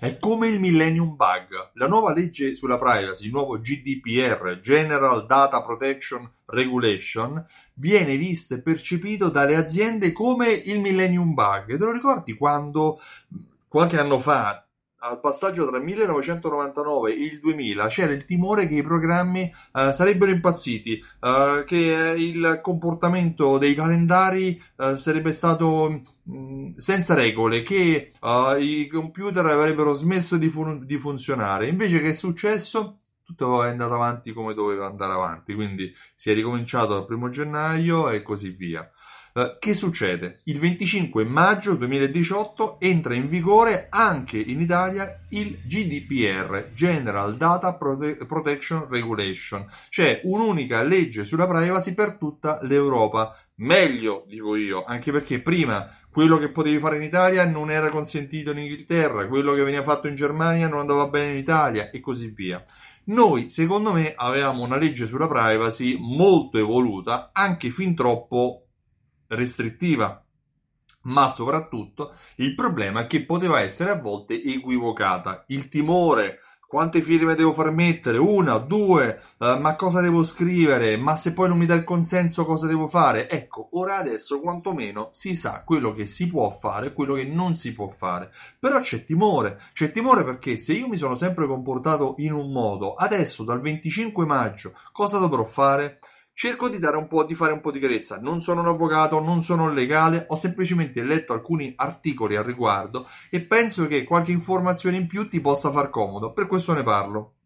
È come il Millennium Bug. La nuova legge sulla privacy, il nuovo GDPR, General Data Protection Regulation, viene visto e percepito dalle aziende come il Millennium Bug. Te lo ricordi quando qualche anno fa, al passaggio tra il 1999 e il 2000, c'era il timore che i programmi sarebbero impazziti, che il comportamento dei calendari sarebbe stato senza regole, che i computer avrebbero smesso di funzionare. Invece che è successo? Tutto è andato avanti come doveva andare avanti, quindi si è ricominciato dal 1 gennaio e così via. Che succede? Il 25 maggio 2018 entra in vigore anche in Italia il GDPR, General Data Protection Regulation, cioè un'unica legge sulla privacy per tutta l'Europa. Meglio, dico io, anche perché prima quello che potevi fare in Italia non era consentito in Inghilterra, quello che veniva fatto in Germania non andava bene in Italia e così via. Noi, secondo me, avevamo una legge sulla privacy molto evoluta, anche fin troppo restrittiva, ma soprattutto il problema è che poteva essere a volte equivocata. Il timore: quante firme devo far mettere? Una, due, ma cosa devo scrivere? Ma se poi non mi dà il consenso cosa devo fare? Ecco, ora adesso quantomeno si sa quello che si può fare e quello che non si può fare. Però c'è timore perché se io mi sono sempre comportato in un modo, adesso dal 25 maggio cosa dovrò fare? Cerco di fare un po' di chiarezza. Non sono un avvocato, non sono un legale, ho semplicemente letto alcuni articoli al riguardo e penso che qualche informazione in più ti possa far comodo, per questo ne parlo.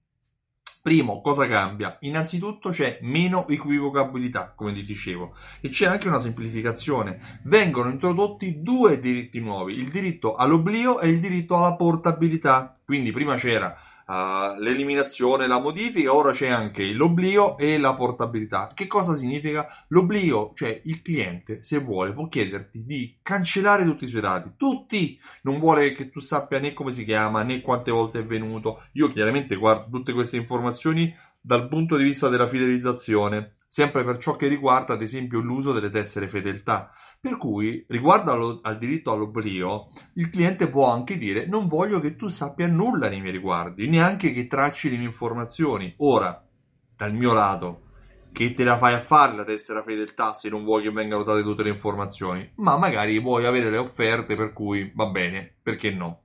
Primo, cosa cambia? Innanzitutto c'è meno equivocabilità, come ti dicevo, e c'è anche una semplificazione. Vengono introdotti due diritti nuovi, il diritto all'oblio e il diritto alla portabilità. Quindi prima c'era l'eliminazione, la modifica, ora c'è anche l'oblio e la portabilità. Che cosa significa? L'oblio, cioè il cliente, se vuole, può chiederti di cancellare tutti i suoi dati, tutti, non vuole che tu sappia né come si chiama né quante volte è venuto. Io chiaramente guardo tutte queste informazioni dal punto di vista della fidelizzazione, sempre per ciò che riguarda ad esempio l'uso delle tessere fedeltà. Per cui, riguardo al diritto all'oblio, il cliente può anche dire: non voglio che tu sappia nulla nei miei riguardi, neanche che tracci le mie informazioni. Ora, dal mio lato, che te la fai a fare la tessera fedeltà se non vuoi che vengano date tutte le informazioni? Ma magari vuoi avere le offerte, per cui va bene, perché no?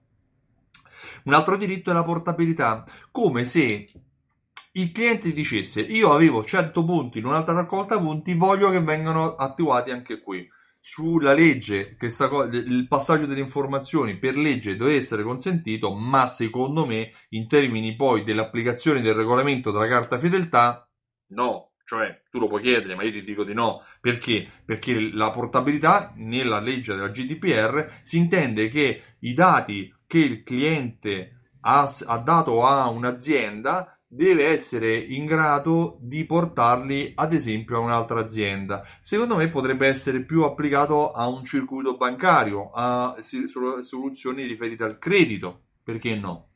Un altro diritto è la portabilità, come se il cliente dicesse: io avevo 100 punti in un'altra raccolta punti, voglio che vengano attivati anche qui. Sulla legge, il passaggio delle informazioni per legge deve essere consentito, ma secondo me, in termini poi dell'applicazione del regolamento della carta fedeltà, no. Cioè, tu lo puoi chiedere, ma io ti dico di no. Perché? Perché la portabilità nella legge della GDPR si intende che i dati che il cliente ha dato a un'azienda deve essere in grado di portarli ad esempio a un'altra azienda. Secondo me potrebbe essere più applicato a un circuito bancario, a soluzioni riferite al credito, perché no?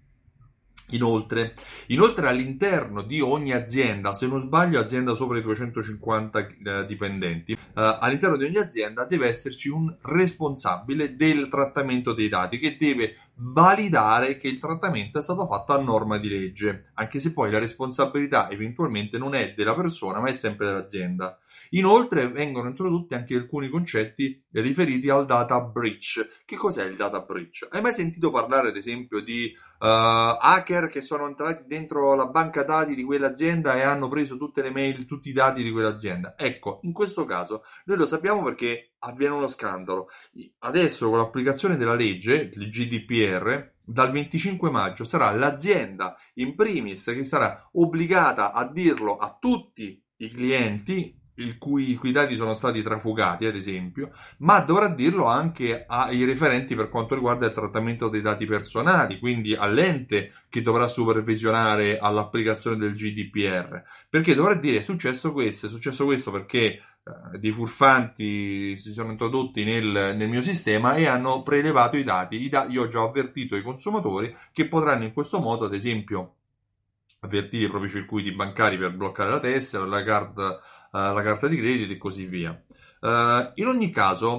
Inoltre all'interno di ogni azienda, se non sbaglio azienda sopra i 250 dipendenti, all'interno di ogni azienda deve esserci un responsabile del trattamento dei dati che deve validare che il trattamento è stato fatto a norma di legge, anche se poi la responsabilità eventualmente non è della persona ma è sempre dell'azienda. Inoltre vengono introdotti anche alcuni concetti riferiti al data breach. Che cos'è il data breach? Hai mai sentito parlare ad esempio di hacker che sono entrati dentro la banca dati di quell'azienda e hanno preso tutte le mail, tutti i dati di quell'azienda? Ecco, in questo caso noi lo sappiamo perché avviene uno scandalo. Adesso con l'applicazione della legge, il GDPR, dal 25 maggio sarà l'azienda in primis che sarà obbligata a dirlo a tutti i clienti i cui dati sono stati trafugati, ad esempio, ma dovrà dirlo anche ai referenti per quanto riguarda il trattamento dei dati personali, quindi all'ente che dovrà supervisionare all'applicazione del GDPR, perché dovrà dire: è successo questo perché dei furfanti si sono introdotti nel mio sistema e hanno prelevato i dati. Io ho già avvertito i consumatori che potranno in questo modo, ad esempio, avvertire i propri circuiti bancari per bloccare la tessera, la carta di credito e così via. In ogni caso,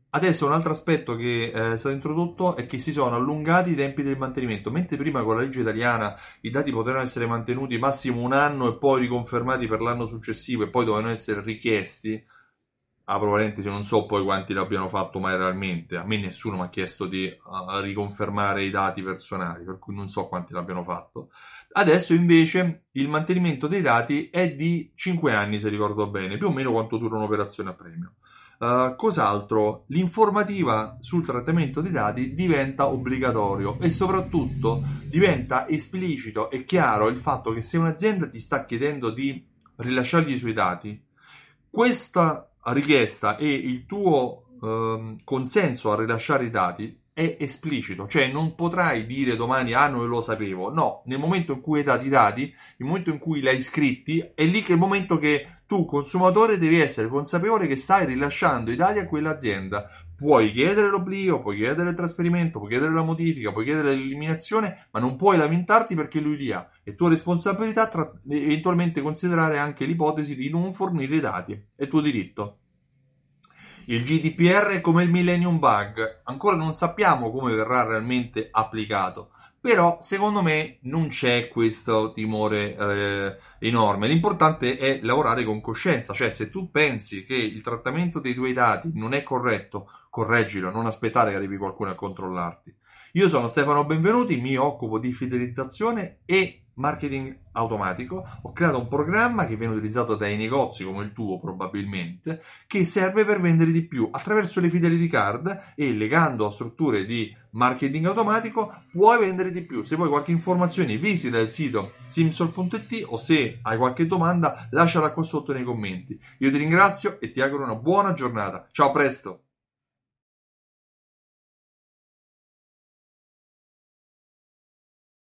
Adesso un altro aspetto che è stato introdotto è che si sono allungati i tempi del mantenimento, mentre prima con la legge italiana i dati potevano essere mantenuti massimo un anno e poi riconfermati per l'anno successivo e poi dovevano essere richiesti. Apro parentesi, non so poi quanti l'abbiano fatto mai realmente, a me nessuno mi ha chiesto di riconfermare i dati personali, per cui non so quanti l'abbiano fatto. Adesso invece il mantenimento dei dati è di 5 anni, se ricordo bene, più o meno quanto dura un'operazione a premio. Cos'altro? L'informativa sul trattamento dei dati diventa obbligatorio e soprattutto diventa esplicito e chiaro il fatto che se un'azienda ti sta chiedendo di rilasciargli i suoi dati, questa richiesta e il tuo consenso a rilasciare i dati è esplicito, cioè non potrai dire domani ah non lo sapevo, no, nel momento in cui hai dato i dati, nel momento in cui li hai scritti, è lì che è il momento che tu consumatore devi essere consapevole che stai rilasciando i dati a quell'azienda. Puoi chiedere l'oblio, puoi chiedere il trasferimento, puoi chiedere la modifica, puoi chiedere l'eliminazione, ma non puoi lamentarti perché lui li ha. È tua responsabilità eventualmente considerare anche l'ipotesi di non fornire i dati. È tuo diritto. Il GDPR è come il Millennium Bug, ancora non sappiamo come verrà realmente applicato, però secondo me non c'è questo timore enorme. L'importante è lavorare con coscienza, cioè se tu pensi che il trattamento dei tuoi dati non è corretto, correggilo, non aspettare che arrivi qualcuno a controllarti. Io sono Stefano Benvenuti, mi occupo di fidelizzazione e marketing automatico. Ho creato un programma che viene utilizzato dai negozi come il tuo probabilmente, che serve per vendere di più attraverso le Fidelity Card e legando a strutture di marketing automatico puoi vendere di più. Se vuoi qualche informazione visita il sito simsol.it o se hai qualche domanda lasciala qua sotto nei commenti. Io ti ringrazio e ti auguro una buona giornata. Ciao, a presto!